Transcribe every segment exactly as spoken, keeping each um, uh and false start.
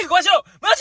イク壊しろマジ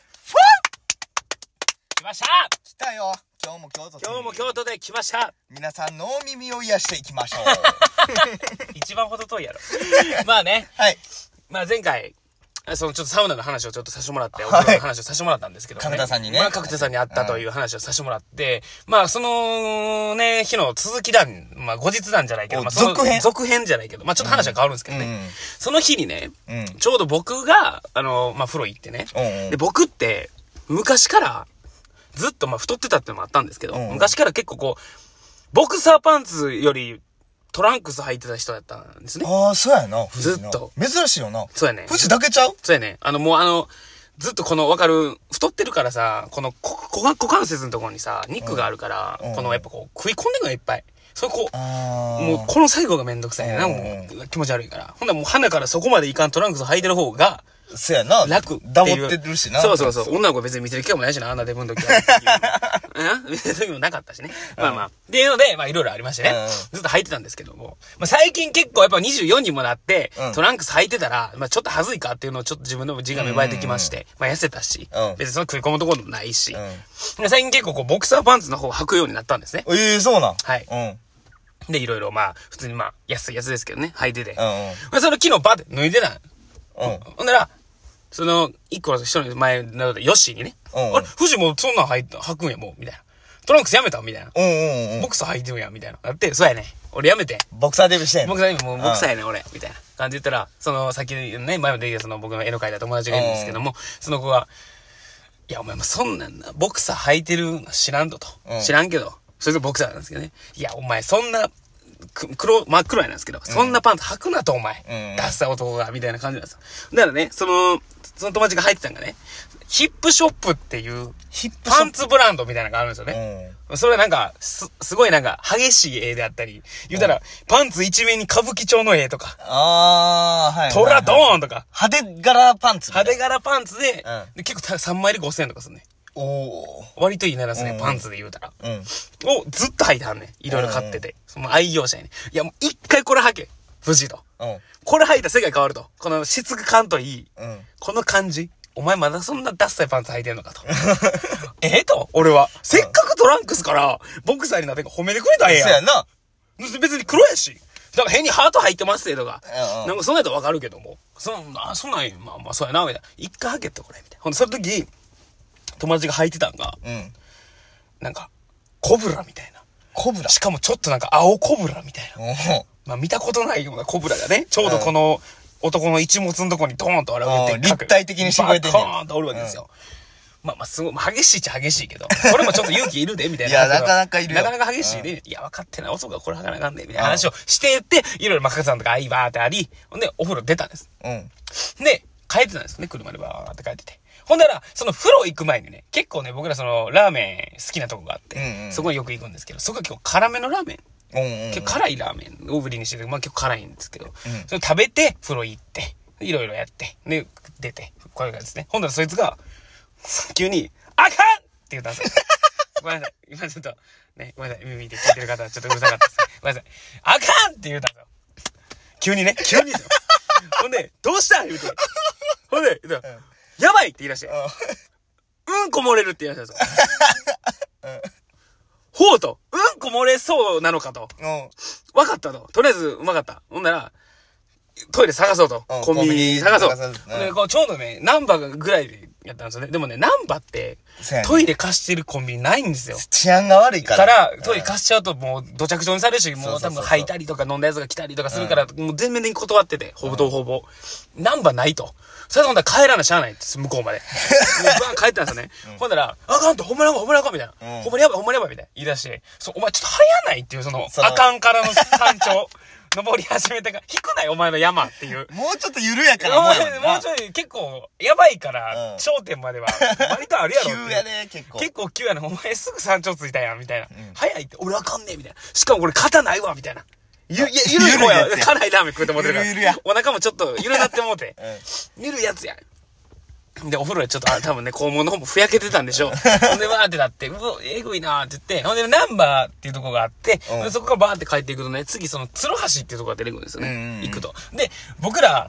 来ました来たよ。今日も京都。 今日も京都で来ました。 皆さんのお耳を癒していきましょう。 一番ほど遠いやろ。まあね。 はい。 まあ前回、そのちょっとサウナの話をちょっとさせてもらって、お風呂の話をさせてもらったんですけどね。 角田さんにね。 まあ角田さんに会ったという話をさせてもらって、うん、まあそのね、日の続き談、まあ後日談じゃないけど、まあその続編続編じゃないけど、まあちょっと話は変わるんですけどね。うん、その日にね、 うん、 ちょうど僕が、あの、まあ風呂行ってね。うんうん、で、僕って、昔から、ずっとまあ太ってたってのもあったんですけど、うん、昔から結構こう、ボクサーパンツより、トランクス履いてた人だったんですね。 ああ、そうやな。 ずっと。 珍しいよな。 そうやね。 富士だけちゃう？ そうやね。あの、もうあの、ずっとこの、わかる、太ってるからさ、この股、股関節のところにさ、肉があるから、うん、このやっぱこう、食い込んでるのがいっぱい。それこう、もうこの最後がめんどくさいな、もう気持ち悪いから。ほんならもう鼻からそこまでいかんトランクス履いてる方が、 そうやな。 楽。 ダボってるしな。 そうそうそう。女の子別に見せる機会もないしな、あんなデブの時は。うん見せる時もなかったしね。うん、まあまあ。っていうので、まあいろいろありましてね。うん、ずっと履いてたんですけども。まあ最近結構やっぱにじゅうよんにもなって、うん、トランクス履いてたら、まあちょっと恥ずいかっていうのをちょっと自分の自我芽生えてきまして、うんうんうん、まあ痩せたし、うん、別にその食い込むところもないし、うん、最近結構こうボクサーパンツの方を履くようになったんですね。 ええー、そうなん。 はい。うん、で、いろいろまあ、普通にまあ、安いやつですけどね、履いてて。うんうん、まあそれ昨日バッて脱いでた。うん。ほんなら、その、一個の人の前なので、ヨッシーにね。うんうん、あれ、富士もそんなん履い履くんや、もう、みたいな。トランクスやめたみたいな。うんうんうん。ボクサー履いてるんや、みたいな。だって、そうやね。俺やめて。 ボクサーデビューしてんの？ ボクサーデビュー、もうボクサーやね、俺。みたいな感じで言ったら、その、さっきね、前も出てきたその僕の絵の描いた友達がいるんですけども、その子が、いや、お前もそんなんな、ボクサー履いてるの知らんとと。うん、知らんけど、それがボクサーなんですけどね。いや、お前そんな、黒、真っ黒やなんですけど、うん、そんなパンツ履くなと、お前。うん、ダッサ男が、みたいな感じなんですよ。だからね、その、その友達が入ってたんがね、ヒップショップっていう、パンツブランドみたいなのがあるんですよね。うん、それはなんか、す、すごいなんか、激しい絵であったり、言うたら、うん、パンツ一面に歌舞伎町の絵とか、 あー、はい。 トラドーンとか、 派手柄パンツ。 派手柄パンツで、うん、で結構さんまいでごせんえんとかするね。 おー。 割といいならすね、うん、パンツで言うたら。うん。をずっと履いてはんねん。いろいろ買ってて。うん、その愛用者やねん。いや、もう一回これ履け。富士と。うん。これ履いたら世界変わると。この質感といい。うん。この感じ。お前まだそんなダッサいパンツ履いてんのかと。ええと俺は。せっかくトランクスから、ボクサーになって褒めてくれたらええやん。 そうやな。 別に黒やし。だから変にハート入ってますよとか。うんうん、なんかそんなんやったらわかるけども。そんな、そんなん、まあまあそうやな、みたいな。一回履けってこれ、みたいな。ほんで、その時、友達が履いてたんが、うん、なんか、コブラみたいな。 コブラ？ しかもちょっとなんか青コブラみたいな。まあ見たことないようなコブラがね、ちょうどこの男の一物のとこにドーンと現れて、 立体的に絞れてね。バーンとおるわけですよ。うん、まあまあすごい、激しいっちゃ激しいけど、それもちょっと勇気いるで、みたいな。 いや、なかなかいるよ。 なかなか激しいで、うん、いや、分かってない男がこれ履かなあかんねみたいな話をしてって、いろいろマカさんとかアイバーってあり、ほんで、お風呂出たんです。うん。で、帰ってたんですよね、車でバーって帰ってて。ほんなら、その風呂行く前にね、結構ね、僕らその、ラーメン好きなとこがあって、うんうん、そこによく行くんですけど、そこは結構辛めのラーメン。うんうんうん、結構辛いラーメンを売りにしてて、まあ結構辛いんですけど、うん、それ食べて、風呂行って、いろいろやって、で、出て、こういう感じですね。ほんならそいつが、急に、あかんって言ったんですよ。ごめんなさい。今ちょっと、ね、ごめんなさい。耳で聞いてる方はちょっとうるさかったです。ごめんなさい。あかんって言ったんですよ。急にね、急にですよ。ほんで、どうした言うて。ほんで、言うたら、やばいって言い出して。うんこ漏れるって言い出したんですよ。ほうと。うんこ漏れそうなのかと。わかったと。とりあえず、うまかった。ほんなら、トイレ探そうと。コンビニ探そう。で、こうちょうどね、ナンバーぐらいでやったんですよね。でもね、ナンバーって、トイレ貸してるコンビニないんですよ。 治安が悪いから。 から、トイレ貸しちゃうともう土着状にされるし、もう多分吐いたりとか飲んだやつが来たりとかするから、もう全面的に断ってて、ほぼほぼ。ナンバーないと。それでほんだら帰らなしゃあないって、向こうまで。もうバーン帰ったんですよね。うん、ほんだら、あかんと、ほんまにやばい、ほんまにやばい、みたいな。うん、ほんまにやばい、ほんまにやばい、みたいな。言い出して、そう、お前ちょっと早ないっていう、その、そのあかんからの山頂。登り始めたから、引くないお前の山っていう。 もうちょっと緩やかなもんやな。 もうちょい結構、やばいから、うん、頂点までは、割とあるやろって。 急やね、結構。 結構急やね。お前すぐ山頂ついたやん、みたいな。うん、早いって、俺あかんねえ、みたいな。しかもこれ肩ないわ、みたいな。ゆ、ゆ、ゆるい方や。辛いラーメン食うてもってるから。ゆるゆるや。お腹もちょっと、ゆるなってもうて。うん、ゆるいやつや。で、お風呂でちょっと、多分ね、肛門の方もふやけてたんでしょう。ほんで、わーってなって、うわ、えぐいなーって言って、ほんで、ナンバーっていうとこがあって、うん、そこからバーって帰っていくとね、次その、鶴橋っていうとこが出てくるんですよね。うんうんうん、行くと。で、僕ら、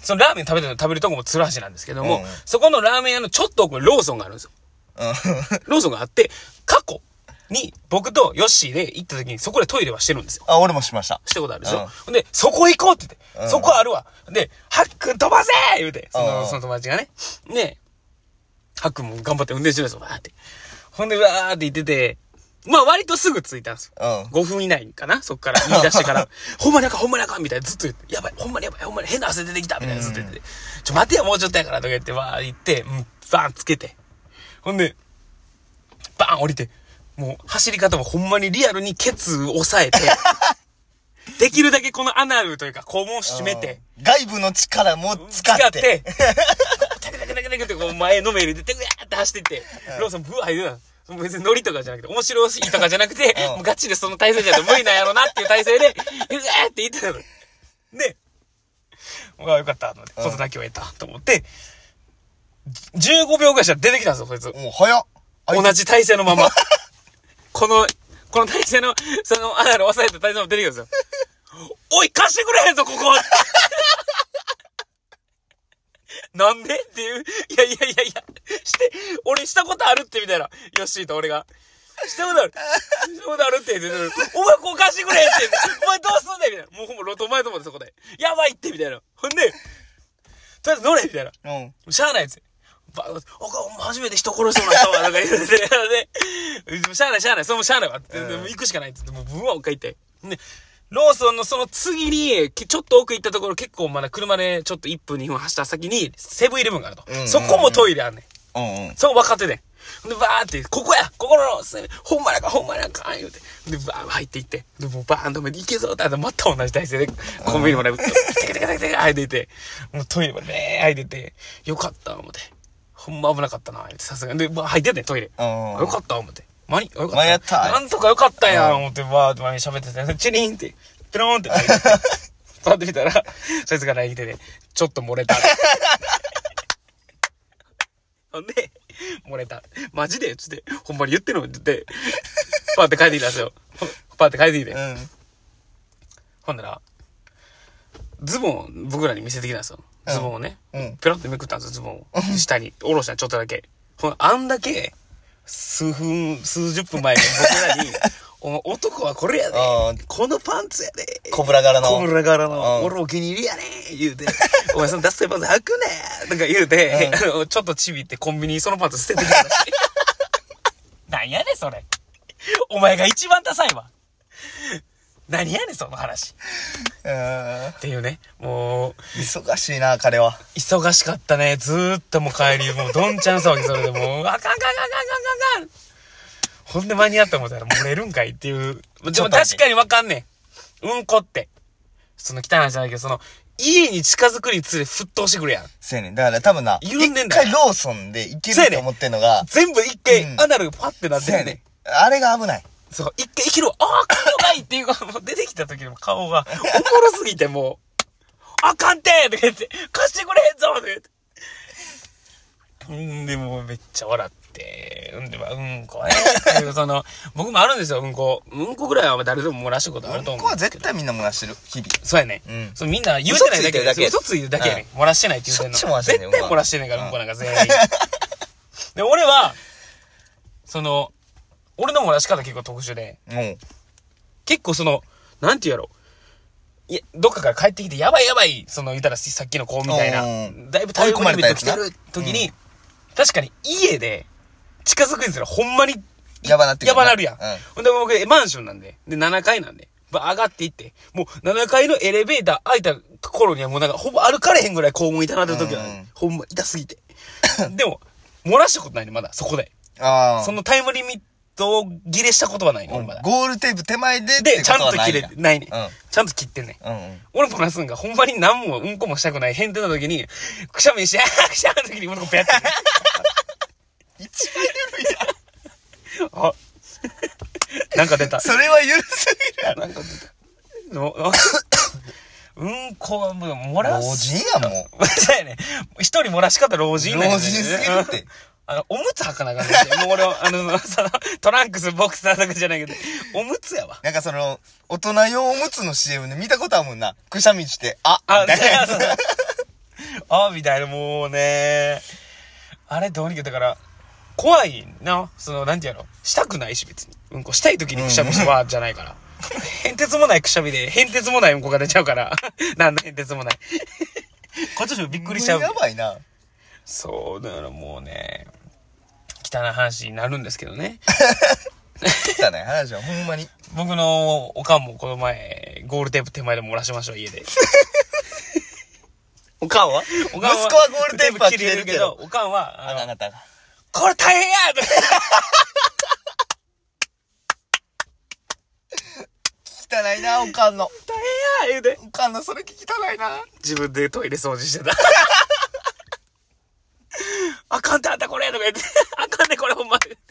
そのラーメン食べてる食べるとこも鶴橋なんですけども、 うん、 そこのラーメン屋のちょっと奥にローソンがあるんですよ。 うん、 ローソンがあって、過去に僕とヨッシーで行った時にそこでトイレはしてるんですよ。 あ、俺もしました。 したことあるでしょ、うん、で、そこ行こうって言って、うん、そこあるわ。で、ハックン飛ばせー言うて、その、うん、その友達がね。ね、ハックンも頑張って運転してるんですよ、わーって。ほんで、わーって言ってて、まあ割とすぐ着いたんですよ。うん、ごふん以内かなそっから言い出してから。ほんまにあかん、ほんまにあかんみたいなずっと言って、やばい、ほんまにやばい、ほんまに変な汗出てきたみたいなずっと言ってて、ちょ待てよ、もうちょっとやからとか言って、わー言って、うん、バーンつけて。ほんで、バーン降りて、もう走り方もほんまにリアルにケツ押さえて、できるだけこのアナルというか肛門を締めて、 外部の力も使って、使って、 テクテクテクテクってこう前のめりでテクヤーって走ってって、ローソンブワー言うな。別にノリとかじゃなくて、面白いとかじゃなくて、うん、もうガチでその体勢じゃないと無理なんやろなっていう体勢で、うわーって言ってたの。で、うわ、よかったと思って、事だけを得たと思って、じゅうごびょうぐらいしたら出てきたんですよ、こいつ。 もう早っ。 同じ体勢のまま。この、この体勢の、そのアナル押さえた体勢のまま出てきたんですよ。おい、貸してくれへんぞ、ここなんでっていう。いやいやいやいや、して、俺したことあるってみたいな。ヨッシーと俺が。したことある。したことあるって言って、お前こう貸してくれって。お前どうすんねんみたいな。もうほんまロト前と思ってそこで。やばいってみたいな。ほんで、とりあえず乗れみたいな。うん。しゃあないやつ。ば、おか、初めて人殺しそうなったわ。なんか言ってて。で、しゃあないしゃあない。それもしゃあないわって。でも行くしかないって言って、もうブワーを書いて。で、ローソンのその次に、ちょっと奥行ったところ結構まだ車でちょっといっぷんにふん走った先にセブンイレブンがあると。うんうんうん、そこもトイレあんねん。うんうん、そう分かってね。で、バーって、ここやここの、ほんまやかほんまやか言うて。で、バー入っていって。で、もうバーンとめて行けぞって、また同じ体勢で、コンビニまで、テケテケテケテケ入っていて、もうトイレまでね、入ってて、よかった思って。ほんま危なかったな、さすがに。で、バー入ってて、トイレ。よかった思って。間に、よかった。 間やった。 なんとかよかったやん、思って、バーって前に喋ってて、チリーンって、ピローンって、パッて見たら、そいつがライン来てね、ちょっと漏れた。ほんで、漏れた。マジでつって、ほんまに言ってるのって言って、パーって帰ってきたんですよ。パーって帰ってきて。うん、ほんなら、ズボン、僕らに見せてきたんですよ。ズボンをね。うん、ペロってめくったんですよ、ズボンを。下に、下ろしたちょっとだけ。ほんあんだけ、数分、数十分前に僕らに、お男はこれやで。このパンツやで。 コブラ柄の。 コブラ柄の。俺お気に入りやね言うて。お前そのダッサいパンツ履くねとか言うて、うん、あのちょっとちびってコンビニにそのパンツ捨ててきたらしい。なんやねんそれ。お前が一番ダサいわ。何やねんその話。っていうね。もう。 忙しいな、彼は。 忙しかったね。ずーっともう帰り、もうどんちゃん騒ぎそれでもう、あかんかんかんかんかんかんかん。ほんで間に合った思ったら漏れるんかいっていう。でも確かにわかんねん。うんこって。その汚いじゃないけど、その、家に近づくにつれ沸騰してくるやん。 そうやねん。だから多分な、一回ローソンで行けると思ってんのが。 全部一回、アナルがパッてなってるね。 あれが危ない。 そう、一回生きるわ。ああ、来るのかいっていうか、もう出てきた時の顔が、おもろすぎてもう、あかんてーとか言って、貸してくれへんぞとか言って。うんでもめっちゃ笑って、うんでまあうんこはね。その、僕もあるんですよ、うんこ。うんこぐらいは誰でも漏らしたことあると思う。 うんこは絶対みんな漏らしてる、日々。 そうやね。うん。そうみんな言うてないだけで。嘘ついてるだけやね。漏らしてないって言うてんの。絶対漏らしてないから、うんこなんか全員。で、俺は、その、俺の漏らし方結構特殊で、うん、結構その、なんて言うやろ、いや、どっかから帰ってきて、やばいやばい、その、言ったらさっきの子みたいな、だいぶタイムリミット来てる時に、うん、確かに家で近づくんですよ、ほんまに、 やばなってくる。やばなるやん。ほんで、僕、マンションなんで、で、ななかいなんで、上がっていって、もうななかいのエレベーター開いた頃にはもうなんか、ほぼ歩かれへんぐらい肛門痛なってる時は、ね、ほんま痛すぎて。でも、漏らしたことないね、まだ、そこで。あそのタイムリミット、切れしたことはないね、俺まだ。 ゴールテープ手前でで、ちゃんと切れてないね、うん。ちゃんと切ってんね、うんうん。俺もなすんが、ほんまに何もうんこもしたくない変態な時に、くしゃみして、あーくしゃみの時にうんこペアって。 一番緩いやん。 あ、なんか出た。 それは緩すぎるやん。 なんか出た。のうんこはもう漏らす。 老人やん、もう。 そうやね。一人漏らし方老人ね。老人すぎるって。 あの、おむつ履かなあかんねん。もう俺は、あの、その、トランクス、ボクサーとかじゃないけど、おむつやわ。 なんかその、大人用おむつの シーエム で見たことあるもんな。くしゃみして、あ、あ、みたいな。 あ、みたいな、もうね。あれどうにか、だから、怖いな。その、なんていうのしたくないし、別に。うんこしたい時にくしゃみはじゃないから。変哲もないくしゃみで、変哲もないうんこが出ちゃうから。なんの変哲もない。こっちもびっくりしちゃう。 やばいな。 そう、だからもうね、汚い話になるんですけどね。 汚い話はほんまに。 僕のおかんもこの前、ゴールテープ手前で漏らしましょう、家で。 おかんはおかんは息子はゴールテープは切れるけど、 おかんは、 あなたが。 これ大変や汚いな、おかんの。 大変や言うて。 おかんのそれ聞き汚いな。 自分でトイレ掃除してた。あかんてあんたこれとか言って。あかんねこれほんま言って。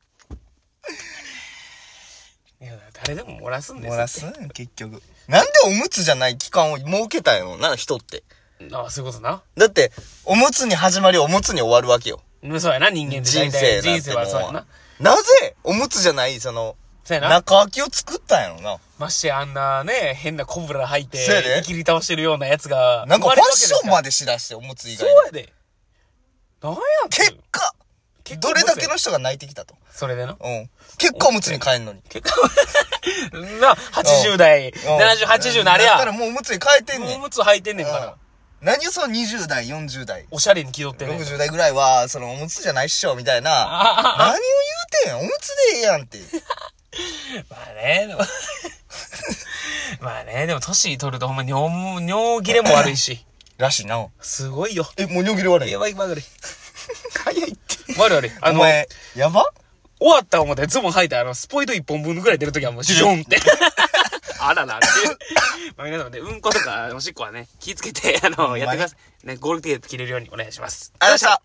いや、誰でも漏らすんですよ。 漏らすん結局。なんでおむつじゃない期間を設けたんやろな、人って。 ああ、そういうことな。 だって、おむつに始まり、おむつに終わるわけよ。 うん、そうやな、人間って人生人生はそうやな。 なぜ、おむつじゃない、その、 そうやな。 中空きを作ったんやろな。 ましてあんなね、変なコブラ履いて、 そうやで切り倒してるようなやつが。 なんかファッションまでしだして、おむつ以外で。 そうやで。なんやって結果、どれだけの人が泣いてきたと。 それでな。 うん。結果おむつに帰んのに。 結果、な、はちじゅう代、ななじゅう、はちじゅうなれや。 だったらもうおむつに帰ってんねん。 おむつ履いてんねんから。 何をそのにじゅう代、よんじゅう代。 おしゃれに気取ってんねん。 ろくじゅう代ぐらいは、そのおむつじゃないっしょ、みたいな。何を言うてんおむつでええやんって。 まあね、でも。まあね、でも年取るとほんま尿、尿切れも悪いし。 らしいな。 すごいよ。 え、もう尿切れ悪い？ やばい、悪い。 早いって。 悪い悪い。あの、 お前、やば終わった思ってズボン履いたら、あの、スポイトいっぽんぶんぐらい出るときはもうシュンって。あららって。まあ皆さんね、うんことかおしっこはね、気ぃつけて、あの、やってください。ね、ゴールテープ切れるようにお願いします。 ありがとうございました。